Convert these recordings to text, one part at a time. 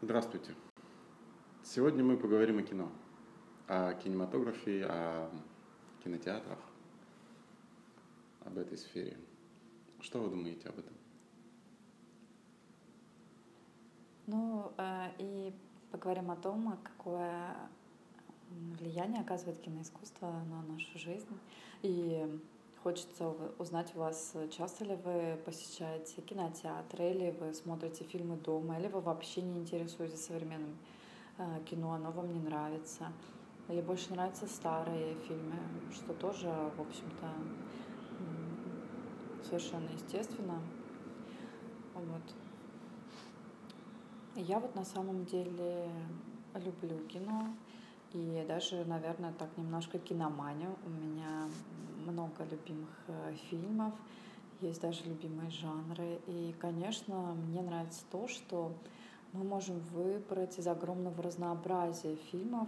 Здравствуйте. Сегодня мы поговорим о кино, о кинематографе, о кинотеатрах, об этой сфере. Что вы думаете об этом? И поговорим о том, какое влияние оказывает киноискусство на нашу жизнь. И хочется узнать у вас, часто ли вы посещаете кинотеатры, или вы смотрите фильмы дома, или вы вообще не интересуетесь современным кино, оно вам не нравится, или больше нравятся старые фильмы, что тоже, в общем-то, совершенно естественно. Вот. Я вот на самом деле люблю кино и даже, наверное, так немножко киноманию. У меня много любимых фильмов, есть даже любимые жанры. И, конечно, мне нравится то, что мы можем выбрать из огромного разнообразия фильмов.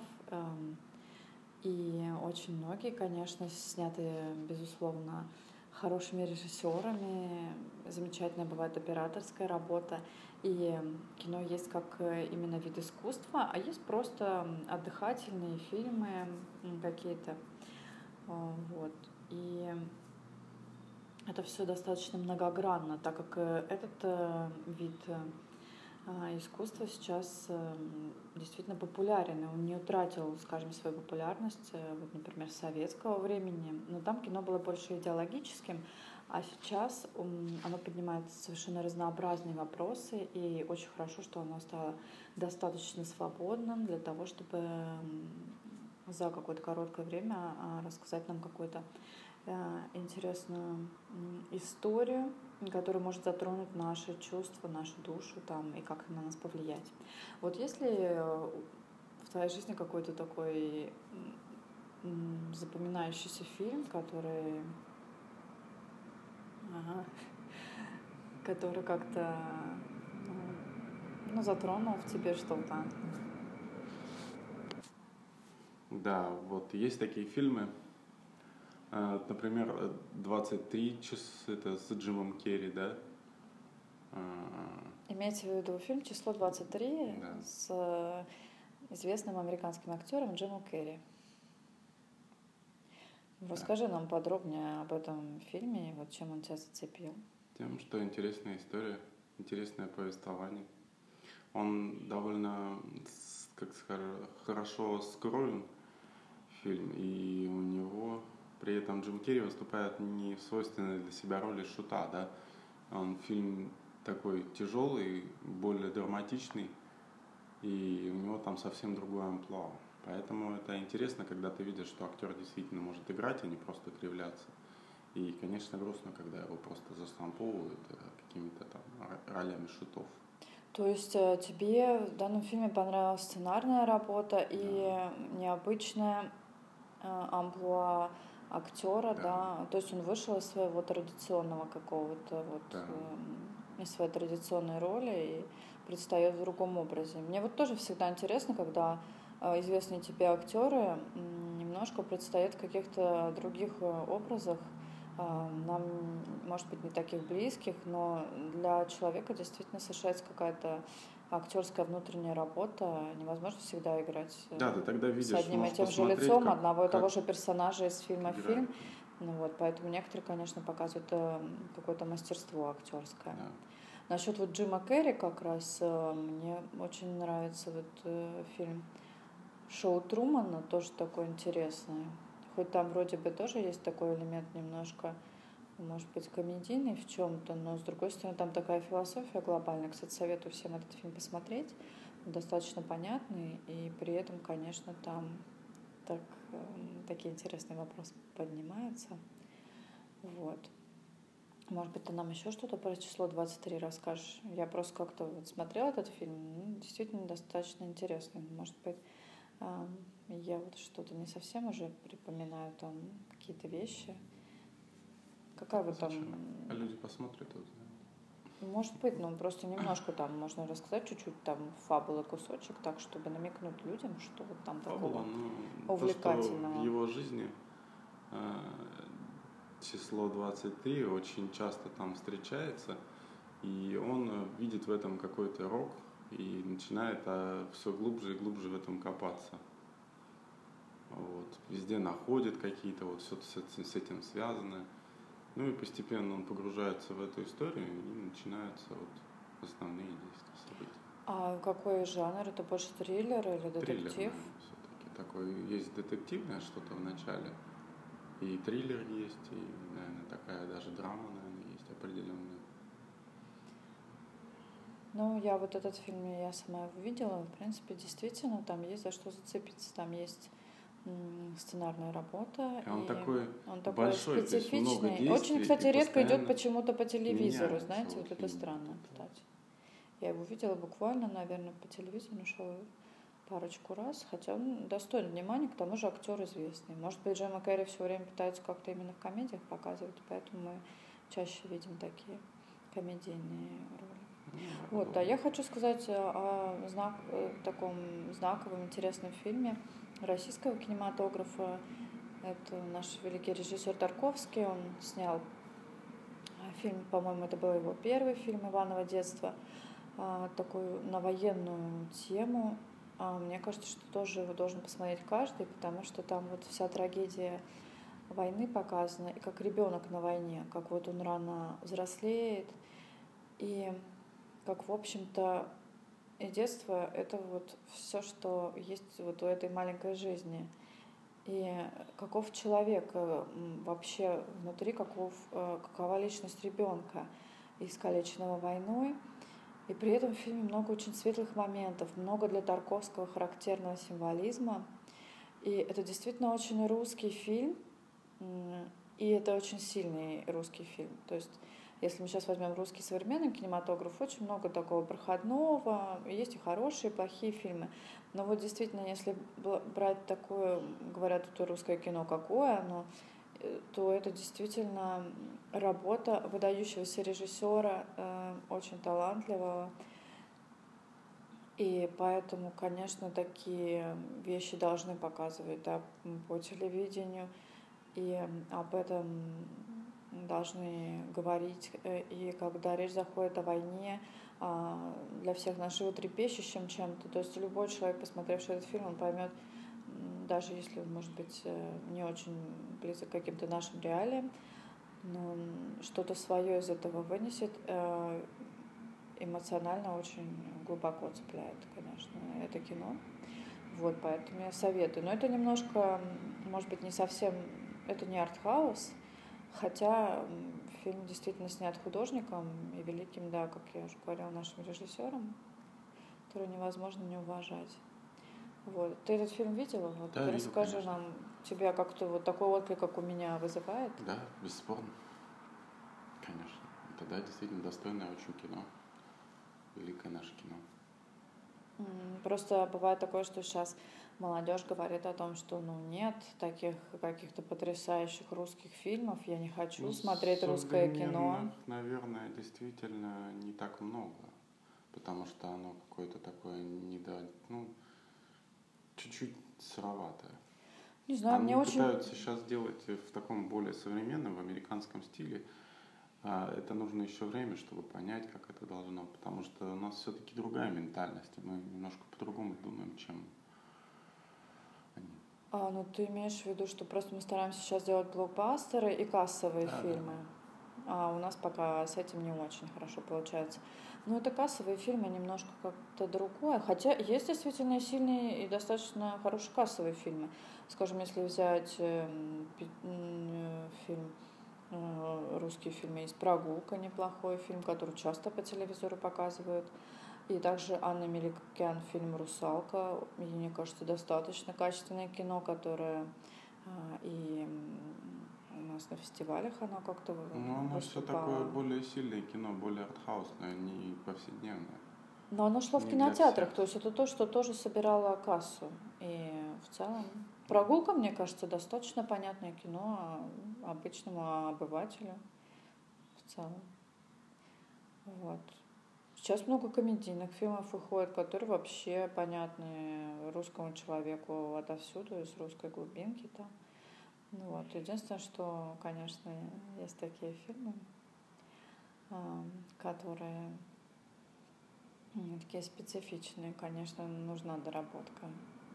И очень многие, конечно, сняты, безусловно, хорошими режиссерами, замечательная бывает операторская работа. И кино есть как именно вид искусства, а есть просто отдыхательные фильмы какие-то. Вот. И это все достаточно многогранно, так как этот вид искусства сейчас действительно популярен, и он не утратил, скажем, свою популярность, вот, например, с советского времени, но там кино было больше идеологическим, а сейчас оно поднимает совершенно разнообразные вопросы, и очень хорошо, что оно стало достаточно свободным для того, чтобы за какое-то короткое время рассказать нам какую-то интересную историю, которая может затронуть наши чувства, нашу душу там, и как на нас повлиять. Вот если в твоей жизни какой-то такой запоминающийся фильм, который как-то затронул в тебе что-то. Да, вот есть такие фильмы, например, «23 часа», это с Джимом Керри, да? Имеется в виду фильм «Число 23» Да. с известным американским актером Джимом Керри. Расскажи нам подробнее об этом фильме и вот чем он тебя зацепил. Тем, что интересная история, интересное повествование. Он довольно, хорошо скроен, фильм, и у него при этом Джим Керри выступает не в свойственной для себя роли шута, да. Фильм такой тяжелый, более драматичный, и у него там совсем другое амплуа. Поэтому это интересно, когда ты видишь, что актер действительно может играть, а не просто кривляться. И, конечно, грустно, когда его просто заштамповывают какими-то там ролями шутов. То есть тебе в данном фильме понравилась сценарная работа и необычная амплуа актера, да. То есть он вышел из своего традиционного какого-то из своей традиционной роли и предстает в другом образе. Мне вот тоже всегда интересно, когда известные тебе актеры немножко предстают в каких-то других образах, нам, может быть, не таких близких, но для человека действительно совершается какая-то актерская внутренняя работа. Невозможно всегда играть Да, ты тогда видишь, с одним и можешь тем же посмотреть, лицом одного и того же персонажа из фильма в играет. фильм. Поэтому некоторые, конечно, показывают какое-то мастерство актерское. Да. Насчет вот Джима Керри как раз мне очень нравится фильм «Шоу Трумана», тоже такой интересный. Хоть там вроде бы тоже есть такой элемент немножко, может быть, комедийный в чем-то, но с другой стороны там такая философия глобальная. Кстати, советую всем этот фильм посмотреть. Он достаточно понятный, и при этом, конечно, там такие интересные вопросы поднимаются. Вот. Может быть, ты нам еще что-то про число 23 расскажешь? Я просто как-то смотрела этот фильм, действительно достаточно интересный. Может быть, я вот что-то не совсем уже припоминаю там какие-то вещи. Какая вы там... А люди посмотрят и узнают. Может быть, просто немножко там можно рассказать чуть-чуть там фабулы кусочек, так, чтобы намекнуть людям, что вот там такого увлекательного. То, что в его жизни число 23 очень часто там встречается, и он видит в этом какой-то рок и начинает все глубже и глубже в этом копаться. Вот. Везде находит какие-то, вот все с этим связано. Ну и постепенно он погружается в эту историю, и начинаются вот основные действия, события. А какой жанр? Это больше триллер или детектив? Триллер, наверное, все-таки. Такой есть детективное что-то в начале, и триллер есть, и, наверное, такая даже драма, наверное, есть определенная. Ну, я вот этот фильм, я сама его видела, в принципе, действительно, там есть за что зацепиться, там есть сценарная работа. И он такой большой, специфичный. Действий, очень, кстати, редко идет почему-то по телевизору, знаете, вот это фильм, странно, кстати. Я его видела буквально, наверное, по телевизору, шел парочку раз, хотя он достоин внимания, к тому же актер известный. Может быть, Джима Керри все время пытаются как-то именно в комедиях показывать, поэтому мы чаще видим такие комедийные роли. Вот, а я хочу сказать о таком знаковом, интересном фильме российского кинематографа. Это наш великий режиссер Тарковский. Он снял фильм, по-моему, это был его первый фильм «Иваново детство», такую на военную тему. Мне кажется, что тоже его должен посмотреть каждый, потому что там вот вся трагедия войны показана, и как ребенок на войне, как вот он рано взрослеет, и как, в общем-то, и детство — это вот все, что есть вот у этой маленькой жизни. И каков человек вообще внутри, какова личность ребенка, искалеченного войной. И при этом в фильме много очень светлых моментов, много для Тарковского характерного символизма. И это действительно очень русский фильм, и это очень сильный русский фильм. То есть, если мы сейчас возьмем русский современный кинематограф, очень много такого проходного, есть и хорошие, и плохие фильмы. Но вот действительно, если брать такое, говорят, это русское кино, какое оно, то это действительно работа выдающегося режиссера, очень талантливого. И поэтому, конечно, такие вещи должны показывать, да, по телевидению, и об этом должны говорить. И когда речь заходит о войне, для всех нас животрепещущим чем-то, то есть любой человек, посмотревший этот фильм, он поймет, даже если он, может быть, не очень близок к каким-то нашим реалиям, но что-то свое из этого вынесет, эмоционально очень глубоко цепляет, конечно, это кино. Вот, поэтому я советую. Но это немножко, может быть, не совсем, это не артхаус, хотя фильм действительно снят художником и великим, да, как я уже говорила, нашим режиссером, который невозможно не уважать. Вот. Ты этот фильм видела? Вот, да, расскажи видел, нам, тебя как-то вот такой отклик, как у меня, вызывает? Да, бесспорно. Конечно. Это, да, действительно достойное очень кино. Великое наше кино. Просто бывает такое, что сейчас молодежь говорит о том, что нет таких каких-то потрясающих русских фильмов, я не хочу смотреть русское кино. Наверное, действительно не так много, потому что оно какое-то такое чуть-чуть сыроватое. Не знаю, Они мне очень... пытаются сейчас делать в таком более современном, в американском стиле. Это нужно еще время, чтобы понять, как это должно, потому что у нас все-таки другая ментальность, и мы немножко по-другому думаем, чем они. Ну ты имеешь в виду, что просто мы стараемся сейчас делать блокбастеры и кассовые фильмы, а у нас пока с этим не очень хорошо получается. Но это кассовые фильмы немножко как-то другое, хотя есть действительно сильные и достаточно хорошие кассовые фильмы. Скажем, если взять фильм, русский фильм есть «Прогулка», неплохой фильм, который часто по телевизору показывают. И также Анна Меликян, фильм «Русалка». Мне кажется, достаточно качественное кино, которое и у нас на фестивалях оно как-то оно все такое более сильное кино, более артхаусное, не повседневное. Но оно шло в кинотеатрах, то есть это то, что тоже собирало кассу. И в целом «Прогулка», мне кажется, достаточно понятное кино обычному обывателю в целом. Вот. Сейчас много комедийных фильмов выходит, которые вообще понятны русскому человеку отовсюду, из русской глубинки там. Вот. Единственное, что, конечно, есть такие фильмы, которые Такие специфичные, конечно, нужна доработка.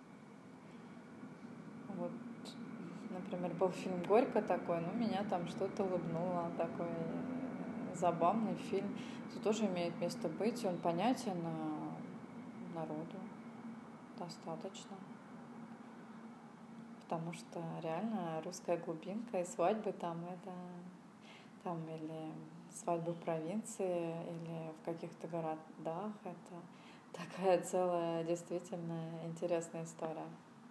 Вот, например, был фильм «Горько» такой, ну, меня там что-то улыбнуло, такой забавный фильм. Это тоже имеет место быть, и он понятен народу достаточно. Потому что реально русская глубинка и свадьбы там это там или свадьбы в провинции, или в каких-то городах. Это такая целая действительно интересная история.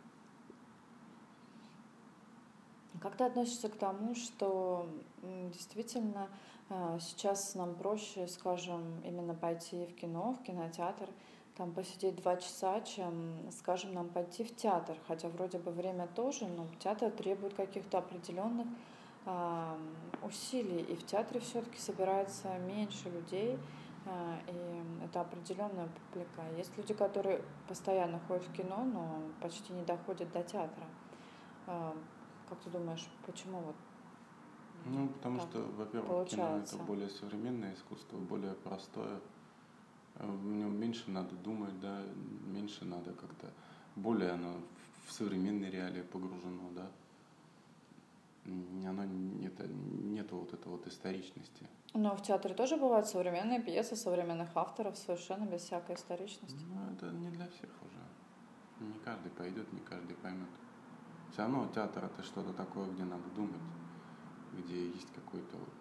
Как ты относишься к тому, что действительно сейчас нам проще, скажем, именно пойти в кино, в кинотеатр, там посидеть 2 часа, чем, скажем, нам пойти в театр, хотя вроде бы время тоже, но театр требует каких-то определенных усилий, и в театре все-таки собирается меньше людей, и это определенная публика. Есть люди, которые постоянно ходят в кино, но почти не доходят до театра. Как ты думаешь, почему вот Ну, потому что, во-первых, кино это получается? более современное искусство, более простое. В нем меньше надо думать, да, меньше надо как-то, более оно в современные реалии погружено, да. Оно нету вот этой вот историчности. Но в театре тоже бывают современные пьесы современных авторов, совершенно без всякой историчности. Ну, это не для всех уже. Не каждый пойдет, не каждый поймет. Все равно театр это что-то такое, где надо думать, где есть какой-то вот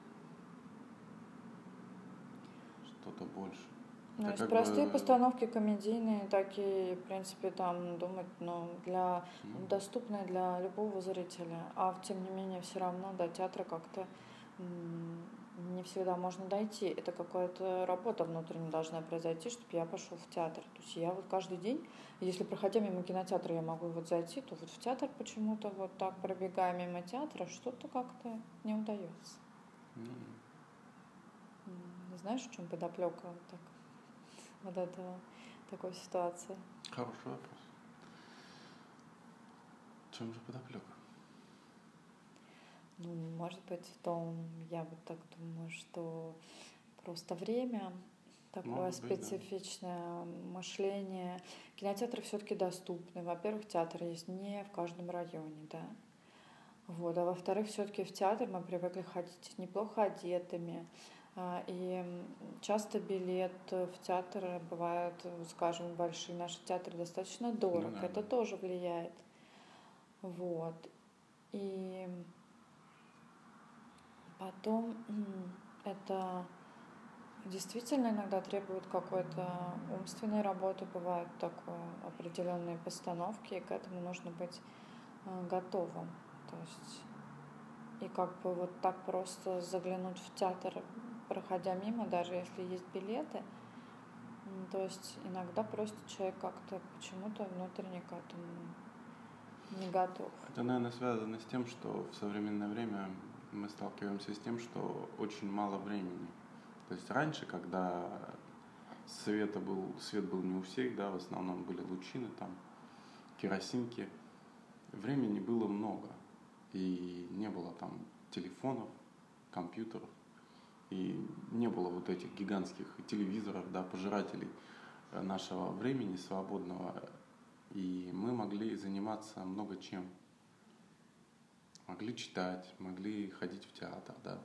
что-то больше. Ну, Это есть как простые бы, постановки комедийные, такие, в принципе, там думать, ну, доступные для любого зрителя. А тем не менее, все равно до театра как-то не всегда можно дойти. Это какая-то работа внутренняя должна произойти, чтобы я пошел в театр. То есть я вот каждый день, если проходя мимо кинотеатра, я могу вот зайти, то вот в театр почему-то вот так, пробегая мимо театра, что-то как-то не удается. Не знаешь, в чем подоплека вот этого, такой ситуации? хороший вопрос. В чем же подоплека? Ну, может быть, в том, я вот так думаю, что просто время, такое Может быть, да. специфичное мышление. Кинотеатры все-таки доступны. Во-первых, театр есть не в каждом районе, да. Вот. А во-вторых, все-таки в театр мы привыкли ходить неплохо одетыми. И часто билет в театр бывает, скажем, большие наши театры достаточно дорог. Ну, да, Это да. тоже влияет. Вот. И потом это действительно иногда требует какой-то умственной работы, бывают такое, определенные постановки, и к этому нужно быть готовым. То есть и как бы вот так просто заглянуть в театр, проходя мимо, даже если есть билеты, то есть иногда просто человек как-то почему-то внутренне к этому не готов. Это, наверное, связано с тем, что в современное время мы сталкиваемся с тем, что очень мало времени. То есть раньше, когда свет был не у всех, да, в основном были лучины, там, керосинки, времени было много. И не было там телефонов, компьютеров, и не было вот этих гигантских телевизоров, да, пожирателей нашего времени свободного. И мы могли заниматься много чем. Могли читать, могли ходить в театр, да.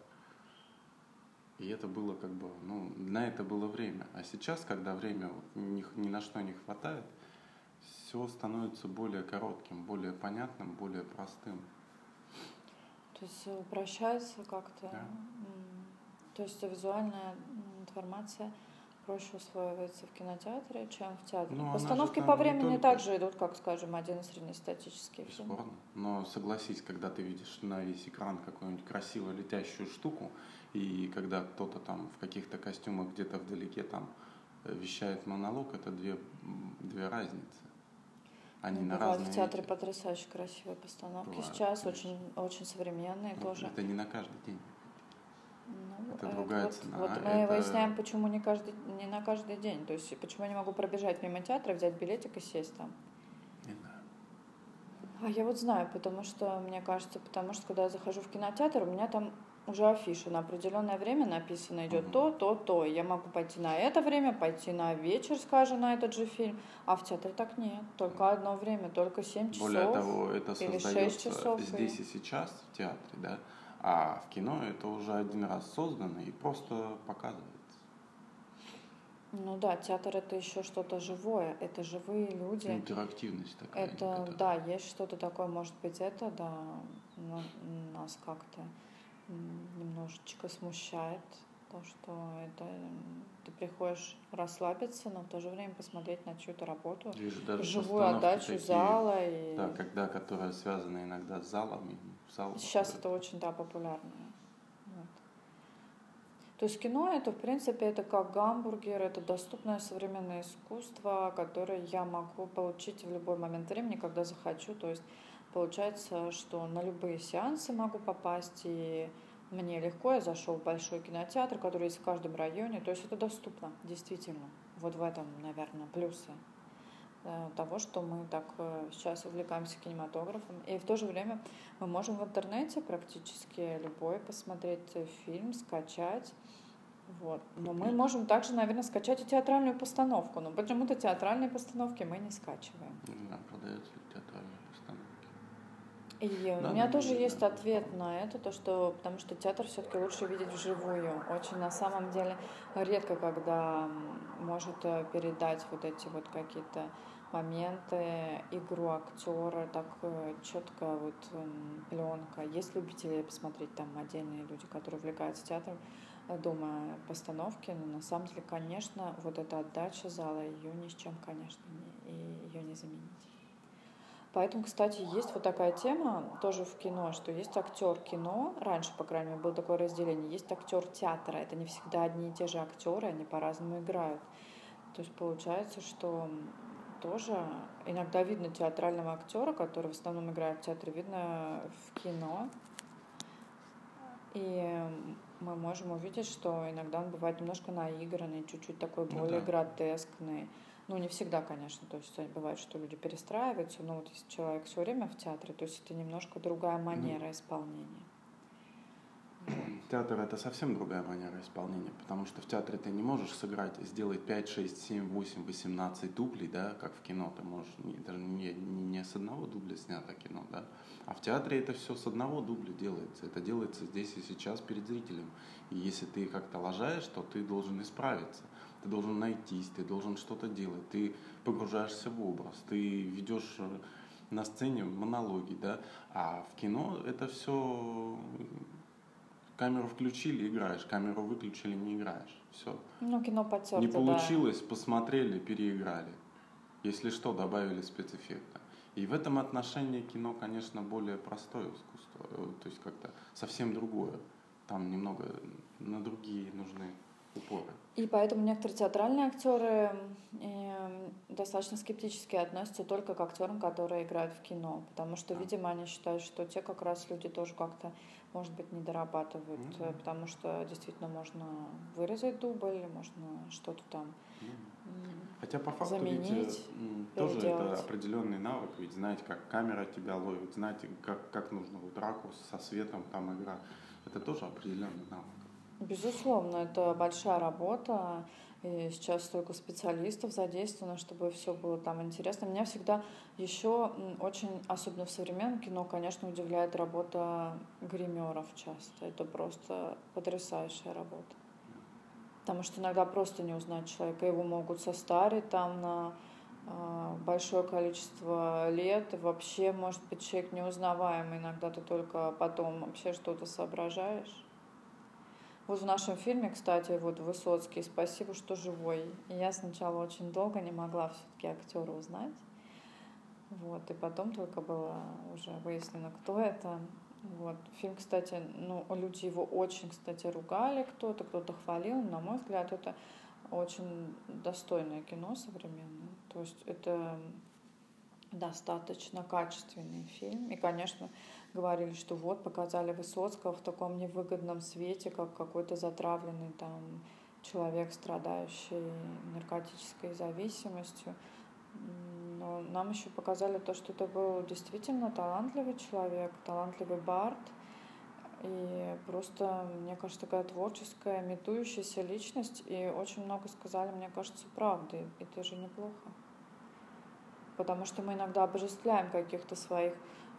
И это было как бы, ну, на это было время. А сейчас, когда время ни на что не хватает, все становится более коротким, более понятным, более простым. То есть упрощается как-то. Да? То есть визуальная информация проще усваивается в кинотеатре, чем в театре. Ну, Постановки по времени также идут, как, скажем, один среднестатический фильм. Бесспорно. Но согласись, когда ты видишь на весь экран какую-нибудь красиво летящую штуку, и когда кто-то там в каких-то костюмах где-то вдалеке там вещает монолог, это две разницы. Они на бывают разные в театре эти. потрясающие красивые постановки. Бывают, сейчас конечно. очень современные тоже. Это не на каждый день. Ну, это другая цена. Вот мы выясняем, почему не на каждый день. То есть почему я не могу пробежать мимо театра, взять билетик и сесть там. Не знаю. А я вот знаю, потому что, мне кажется, когда я захожу в кинотеатр, у меня там уже афиша. На определенное время написано идет то, то, то. Я могу пойти на это время, пойти на вечер, скажем, на этот же фильм. А в театре так нет. Только одно время, только 7 часов. Более того, это или 6 создается часов. здесь и сейчас в театре, да, а в кино это уже один раз создано и просто показывается. Ну да, театр это еще что-то живое, это живые люди. Интерактивность такая. Это, некоторая. да, есть что-то такое, может быть, это, да, нас как-то немножечко смущает, то, что это ты приходишь расслабиться, но в то же время посмотреть на чью-то работу, Вижу даже живую постановки отдачу такие, зала. И да, которые связаны иногда с залами. сейчас это очень, да, популярно. Вот. То есть кино это, в принципе, это как гамбургер, это доступное современное искусство, которое я могу получить в любой момент времени, когда захочу. То есть получается, что на любые сеансы могу попасть, и мне легко. Я зашел в большой кинотеатр, который есть в каждом районе. То есть это доступно, действительно. Вот в этом, наверное, плюсы того, что мы так сейчас увлекаемся кинематографом. И в то же время мы можем в интернете практически любой посмотреть фильм, скачать. Вот. Но мы можем также, наверное, скачать и театральную постановку. Но почему-то театральные постановки мы не скачиваем. Не знаю, продаются ли театральные постановки. И Да, у меня тоже есть ответ на это, то что, потому что театр все-таки лучше видеть вживую. Очень на самом деле редко, когда может передать вот эти вот какие-то моменты, игру актера, так четко вот пленка. Есть любители посмотреть там отдельные люди, которые увлекаются театром, дома постановки, но на самом деле, конечно, вот эта отдача зала, ее ни с чем, конечно, ее не заменить. Поэтому, кстати, есть вот такая тема тоже в кино, что есть актер кино, раньше, по крайней мере, было такое разделение, есть актер театра, это не всегда одни и те же актеры, они по-разному играют. То есть получается, что тоже иногда видно театрального актера, который в основном играет в театре, видно в кино. И мы можем увидеть, что иногда он бывает немножко наигранный, чуть-чуть такой более гротескный. Ну, не всегда, конечно, то есть бывает, что люди перестраиваются, но вот если человек все время в театре, то есть это немножко другая манера исполнения. Театр — это совсем другая манера исполнения, потому что в театре ты не можешь сделать 5, 6, 7, 8, 18 дублей, да, как в кино. Ты можешь даже не с одного дубля снято кино, да, а в театре это все с одного дубля делается. Это делается здесь и сейчас перед зрителем. И если ты как-то лажаешь, то ты должен исправиться. Ты должен найтись, ты должен что-то делать, ты погружаешься в образ, ты ведешь на сцене монологи, да, а в кино это все... Камеру включили, играешь, камеру выключили, не играешь. Все. Ну, кино потерто, не получилось, да. Посмотрели, переиграли. Если что, добавили спецэффекта. И в этом отношении кино, конечно, более простое искусство. То есть как-то совсем другое. Там немного на другие нужны упоры. И поэтому некоторые театральные актеры достаточно скептически относятся только к актерам, которые играют в кино. Потому что, видимо, они считают, что те как раз люди тоже как-то, может быть, не дорабатывают. Потому что действительно можно вырезать дубль, можно что-то там хотя по факту заменить, ведь тоже это определенный навык, ведь знать, как камера тебя ловит, знать, как нужно вот ракурс со светом, там игра. Это тоже определенный навык. Безусловно, это большая работа, и сейчас столько специалистов задействовано, чтобы все было там интересно. Меня всегда еще очень, особенно в современном кино, конечно, удивляет работа гримеров часто. Это просто потрясающая работа. Потому что иногда просто не узнать человека, его могут состарить там на большое количество лет, и вообще, может быть, человек неузнаваемый, иногда ты только потом вообще что-то соображаешь. Вот в нашем фильме, кстати, вот Высоцкий, спасибо, что живой. И я сначала очень долго не могла все-таки актера узнать. Вот, и потом только было уже выяснено, кто это. Вот. Фильм, кстати, люди его очень, кстати, ругали, кто-то хвалил. На мой взгляд, это очень достойное кино современное. То есть это достаточно качественный фильм. И, конечно, говорили, что вот показали Высоцкого в таком невыгодном свете, как какой-то затравленный там человек, страдающий наркотической зависимостью. Но нам еще показали то, что это был действительно талантливый человек, талантливый бард. И просто, мне кажется, такая творческая, метающаяся личность. И очень много сказали, мне кажется, правды. И это же неплохо. Потому что мы иногда обожествляем каких-то своих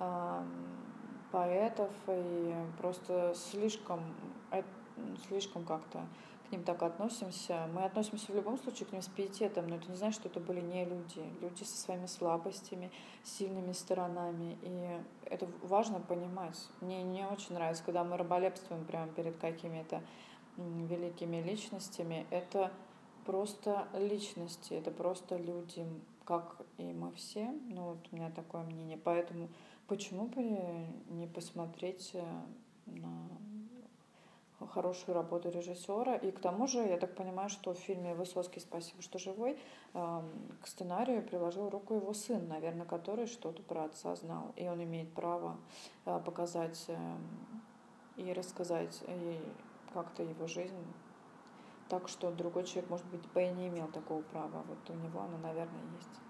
поэтов и просто слишком как-то к ним так относимся. Мы относимся в любом случае к ним с пиететом, но это не значит, что это были не люди. Люди со своими слабостями, сильными сторонами. И это важно понимать. Мне не очень нравится, когда мы раболепствуем прямо перед какими-то великими личностями. Это просто личности, это просто люди, как и мы все. Ну, вот у меня такое мнение. Поэтому почему бы не посмотреть на хорошую работу режиссера. И к тому же, я так понимаю, что в фильме «Высоцкий, спасибо, что живой» к сценарию приложил руку его сын, наверное, который что-то про отца знал. И он имеет право показать и рассказать и как-то его жизнь. Так что другой человек, может быть, бы и не имел такого права. Вот у него оно, наверное, есть.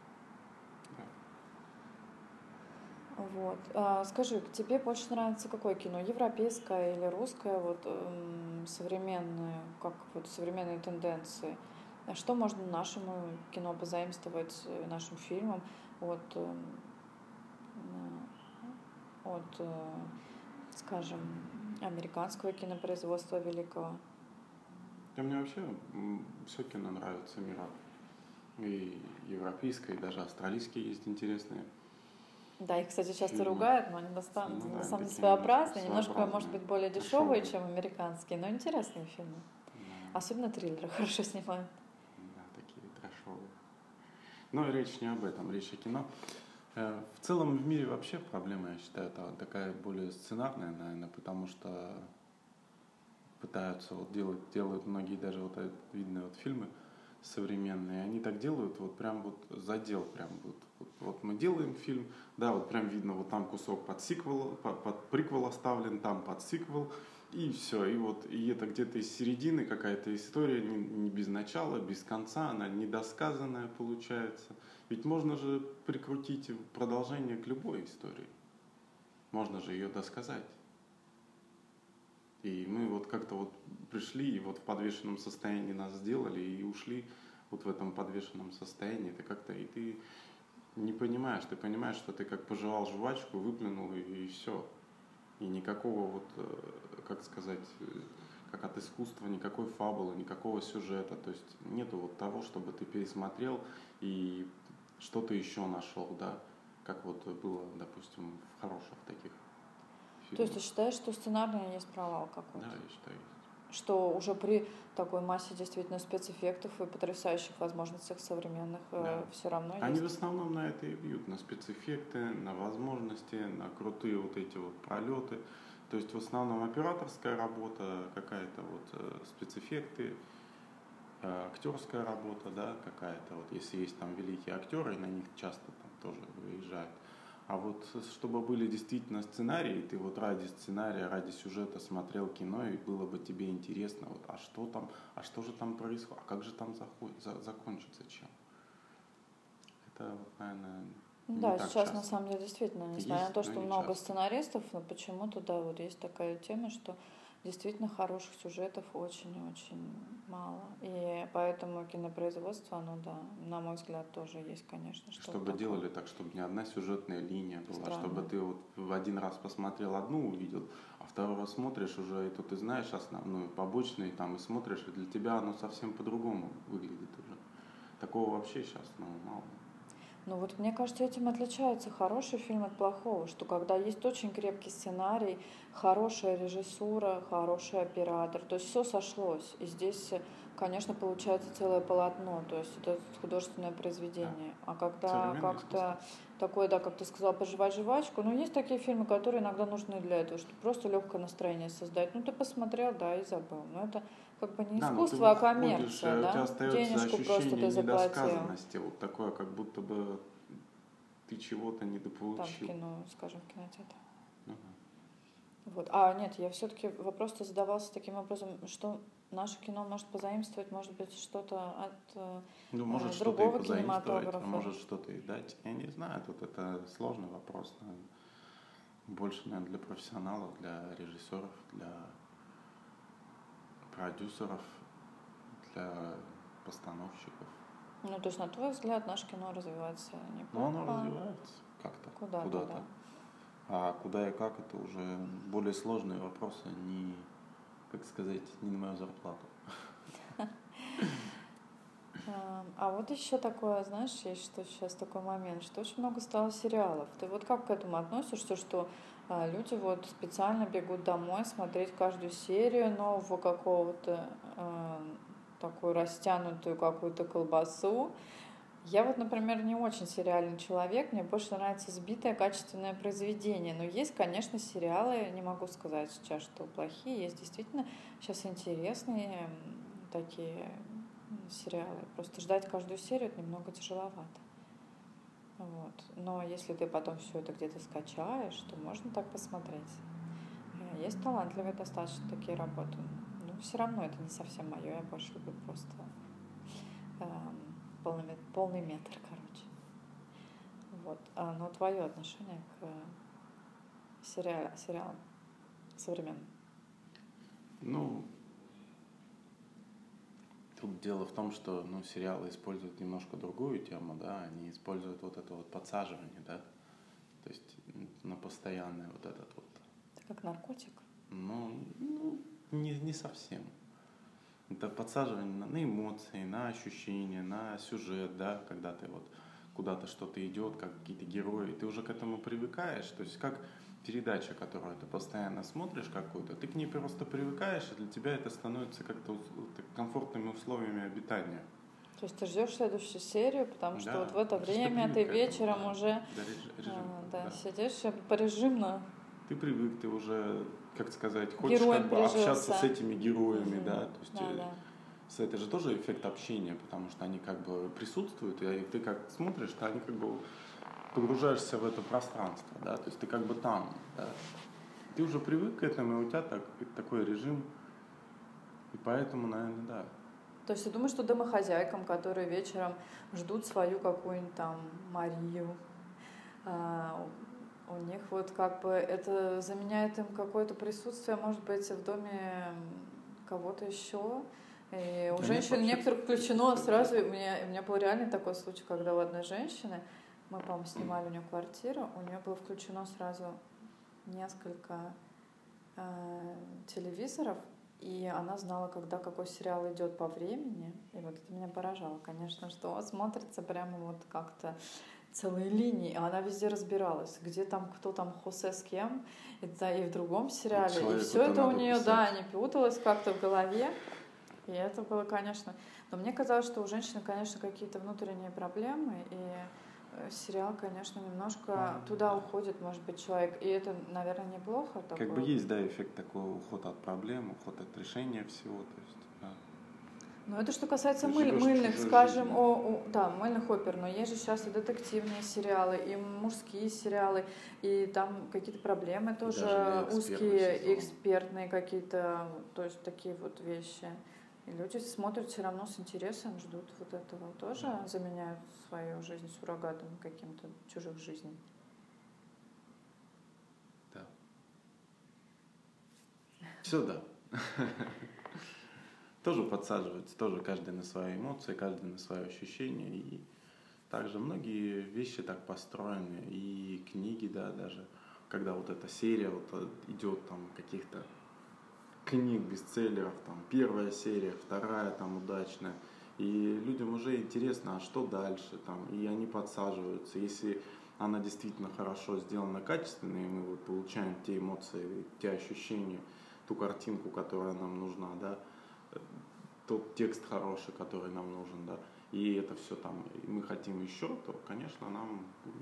Вот. Скажи, тебе больше нравится какое кино? Европейское или русское? Вот современное, как вот современные тенденции. Что можно нашему кино позаимствовать, нашим фильмам от, скажем, американского кинопроизводства великого? Да мне вообще все кино нравится мира. И европейское, и даже австралийские есть интересные. Да, их, кстати, часто фильмы. ругают, но они на самом деле своеобразные, немножко, может быть, более дешевые, чем американские, но интересные фильмы. Да. Особенно триллеры хорошо снимают. Да, такие трэшовые. Но речь не об этом, речь о кино. В целом в мире вообще проблема, я считаю, такая более сценарная, наверное, потому что пытаются вот делают многие даже вот видные вот фильмы современные, они так делают, вот прям вот задел, прям вот мы делаем фильм, да, вот прям видно, вот там кусок под сиквел, под приквел оставлен, там под сиквел, и все, и это где-то из середины какая-то история, не без начала, без конца, она недосказанная получается. Ведь можно же прикрутить продолжение к любой истории, можно же ее досказать. И мы вот как-то вот пришли и вот в подвешенном состоянии нас сделали и ушли вот в этом подвешенном состоянии. Это как-то, и ты не понимаешь, ты понимаешь, что ты как пожевал жвачку, выплюнул и все. И никакого вот, как сказать, как от искусства, никакой фабулы, никакого сюжета. То есть нету вот того, чтобы ты пересмотрел и что-то еще нашел, да, как вот было, допустим, в хороших таких. То есть ты считаешь, что сценарный есть провал какой-то? Да, я считаю. Что уже при такой массе действительно спецэффектов и потрясающих возможностях современных все равно Они есть? в основном на это и бьют, на спецэффекты, на возможности, на крутые вот эти вот пролеты. То есть в основном операторская работа, какая-то вот спецэффекты, актерская работа, да, какая-то вот, если есть там великие актеры, на них часто там тоже выезжают. А вот чтобы были действительно сценарии, ты вот ради сценария, ради сюжета смотрел кино, и было бы тебе интересно, вот, а что же там происходит, а как же там закончится чем? Это, вот, наверное, не да, так сейчас часто. на самом деле действительно, несмотря на то, что много часто сценаристов, но почему-то, да, вот есть такая тема, что действительно хороших сюжетов очень-очень мало. И поэтому кинопроизводство, оно, да, на мой взгляд, тоже есть, конечно. Чтобы делали так, чтобы ни одна сюжетная линия была, странно. Чтобы ты вот в один раз посмотрел одну, увидел, а второй раз смотришь уже, и тут ты знаешь основную, побочные там, и смотришь, и для тебя оно совсем по-другому выглядит уже. Такого вообще сейчас, мало. Ну вот мне кажется, этим отличается хороший фильм от плохого, что когда есть очень крепкий сценарий, хорошая режиссура, хороший оператор, то есть все сошлось. И здесь, конечно, получается целое полотно, то есть это художественное произведение. Да. А когда как-то такое, да, как ты сказал, пожевать жвачку, ну есть такие фильмы, которые иногда нужны для этого, чтобы просто легкое настроение создать. Ну ты посмотрел, да, и забыл. Но это как бы не искусство, а коммерция, да? У тебя остается Денежку просто ты заплатил. Вот такое, как будто бы ты чего-то недополучил. Там в кино, скажем, в кинотеатре. Вот. Нет, я все-таки вопрос-то задавался таким образом, что наше кино может позаимствовать, может быть, что-то от может другого что-то и кинематографа. Может что-то и дать. Я не знаю, тут это сложный вопрос, наверное. больше, наверное, для профессионалов, для режиссеров, для продюсеров, для постановщиков. Ну, то есть, на твой взгляд, наше кино развивается Но неплохо. оно развивается как-то Куда-то, да. А куда и как, это уже более сложные вопросы, не, как сказать, не на мою зарплату. А вот еще такое, знаешь, есть что сейчас такой момент, что очень много стало сериалов. Ты вот как к этому относишься, что люди вот специально бегут домой смотреть каждую серию нового какого-то, такую растянутую какую-то колбасу? Я вот, например, не очень сериальный человек, мне больше нравится сбитое качественное произведение. Но есть, конечно, сериалы, не могу сказать сейчас, что плохие, есть действительно сейчас интересные такие сериалы. Просто ждать каждую серию это немного тяжеловато. Вот. Но если ты потом все это где-то скачаешь, то можно так посмотреть. Есть талантливые достаточно такие работы. Но все равно это не совсем мое, я больше люблю просто полный метр, короче. Вот. Но твое отношение к сериалам современным? Ну, тут дело в том, что сериалы используют немножко другую тему, да, они используют вот это вот подсаживание, да, то есть на постоянное вот этот вот. Это как наркотик? Не совсем. Это подсаживание на эмоции, на ощущения, на сюжет, да, когда ты вот куда-то что-то идет, как какие-то герои, ты уже к этому привыкаешь, то есть как передача, которую ты постоянно смотришь какую-то, ты к ней просто привыкаешь, и для тебя это становится как-то комфортными условиями обитания. То есть ты ждешь следующую серию, потому что вот в это ты время ты вечером уже сидишь порежимно. Ты привык, ты уже, как сказать, хочешь общаться с этими героями, да, то есть это же тоже эффект общения, потому что они как бы присутствуют, и ты как смотришь, то они как бы погружаешься в это пространство, да, то есть ты как бы там, да. Ты уже привык к этому, и у тебя такой режим, и поэтому, наверное, да. То есть ты думаешь, что домохозяйкам, которые вечером ждут свою какую-нибудь там Марию, у них вот как бы это заменяет им какое-то присутствие, может быть, в доме кого-то еще. И у женщин некоторых включено сразу. У меня был реально такой случай, когда у одной женщины, мы, по-моему, снимали у нее квартиру, у нее было включено сразу несколько телевизоров, и она знала, когда какой сериал идет по времени. И вот это меня поражало, конечно, что смотрится прямо вот как-то целые линии, и она везде разбиралась, где там, кто там Хосе с кем, и в другом сериале. И все это у нее, не путалось как-то в голове. И это было, конечно... Но мне казалось, что у женщины, конечно, какие-то внутренние проблемы, и сериал, конечно, немножко туда уходит, может быть, человек. И это, наверное, неплохо. Как бы есть, да, эффект такой уход от проблем, уход от решения всего, то есть, да. Ну, это что касается мыльных, скажем, мыльных опер, но есть же сейчас и детективные сериалы, и мужские сериалы, и там какие-то проблемы тоже узкие, экспертные какие-то, то есть такие вот вещи. И люди смотрят все равно с интересом, ждут вот этого. Тоже заменяют свою жизнь суррогатом каким-то чужих жизней. Да. Все да. Тоже подсаживается, тоже каждый на свои эмоции, каждый на свои ощущения. И также многие вещи так построены. И книги, да, даже когда вот эта серия вот идет там каких-то книг, бестселлеров, там первая серия, вторая там удачная. И людям уже интересно, а что дальше там, и они подсаживаются. Если она действительно хорошо сделана, качественно, и мы вот получаем те эмоции, те ощущения, ту картинку, которая нам нужна, да, тот текст хороший, который нам нужен, да, и это все там, и мы хотим еще, то, конечно, нам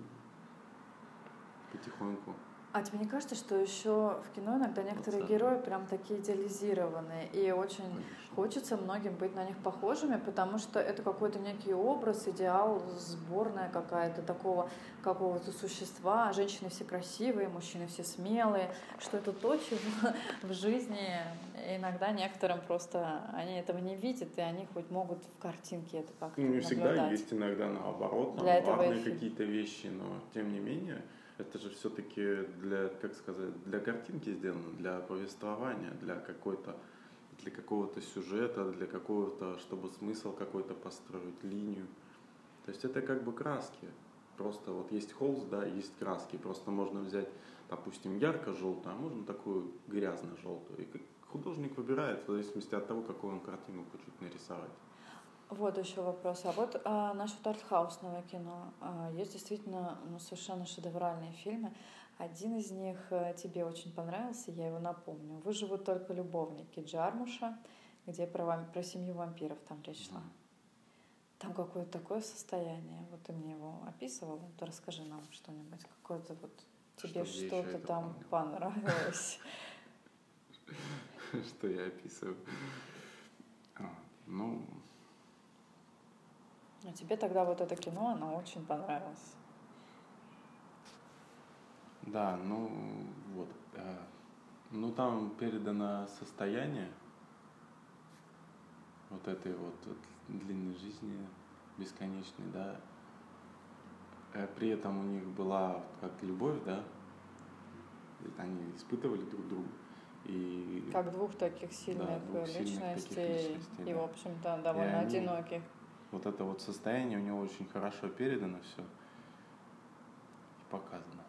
потихоньку. А тебе не кажется, что еще в кино иногда некоторые герои прям такие идеализированные, и очень хочется многим быть на них похожими, потому что это какой-то некий образ, идеал, сборная какая-то такого какого-то существа. Женщины все красивые, мужчины все смелые, что это то, чего в жизни иногда некоторым просто они этого не видят, и они хоть могут в картинке это как-то наблюдать. Всегда есть иногда наоборот, важные какие-то вещи, но тем не менее Это же все-таки для, как сказать, для картинки сделано, для повествования, для какого-то сюжета, для какого-то, чтобы смысл какой-то построить, линию. То есть это как бы краски. Просто вот есть холст, да, есть краски. Просто можно взять, допустим, ярко-желтую, а можно такую грязно-желтую. И художник выбирает в зависимости от того, какую он картину хочет нарисовать. Вот еще вопрос. А вот насчет артхаусного кино. Есть действительно совершенно шедевральные фильмы. Один из них тебе очень понравился, я его напомню. «Выживут только любовники» Джармуша, где про семью вампиров там речь шла. Там какое-то такое состояние. Вот ты мне его описывал, то расскажи нам что-нибудь. Какое-то вот тебе что-то там понравилось. Что я описываю? Ну... А тебе тогда вот это кино, оно очень понравилось. Да, ну вот. Ну там передано состояние вот этой вот длинной жизни, бесконечной, да. При этом у них была как любовь, да. Они испытывали друг друга. И как двух таких сильных, личностей, и, да. в общем-то, довольно одиноких. Вот это вот состояние у него очень хорошо передано все и показано.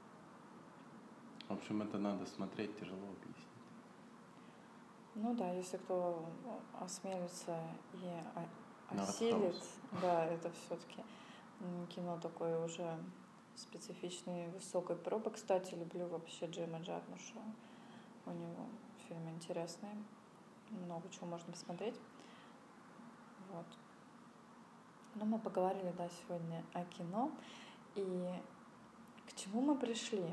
В общем, это надо смотреть, тяжело объяснить. Ну да, если кто осмелится и осилит, да, это все-таки кино такое уже специфичной высокой пробы. Кстати, люблю вообще Джима Джармуша. У него фильмы интересные, много чего можно посмотреть. Вот. Но мы поговорили, да, сегодня о кино. И к чему мы пришли?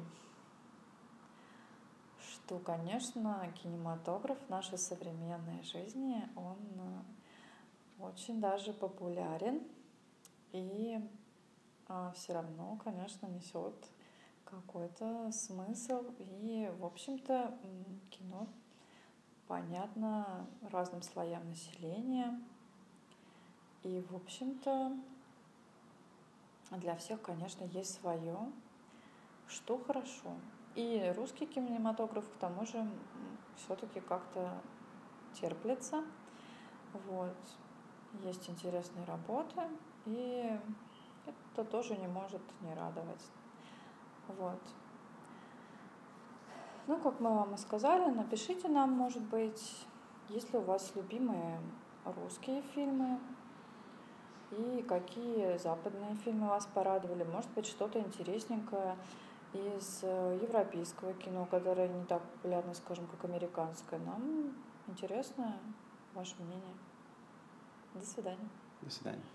Что, конечно, кинематограф в нашей современной жизни, он очень даже популярен и все равно, конечно, несет какой-то смысл. И, в общем-то, кино понятно разным слоям населения. И, в общем-то, для всех, конечно, есть свое, что хорошо. И русский кинематограф, к тому же, все-таки как-то терплется. Вот. Есть интересные работы, и это тоже не может не радовать. Вот. Ну, как мы вам и сказали, напишите нам, может быть, есть ли у вас любимые русские фильмы, и какие западные фильмы вас порадовали. Может быть, что-то интересненькое из европейского кино, которое не так популярно, скажем, как американское. Нам интересно ваше мнение. До свидания. До свидания.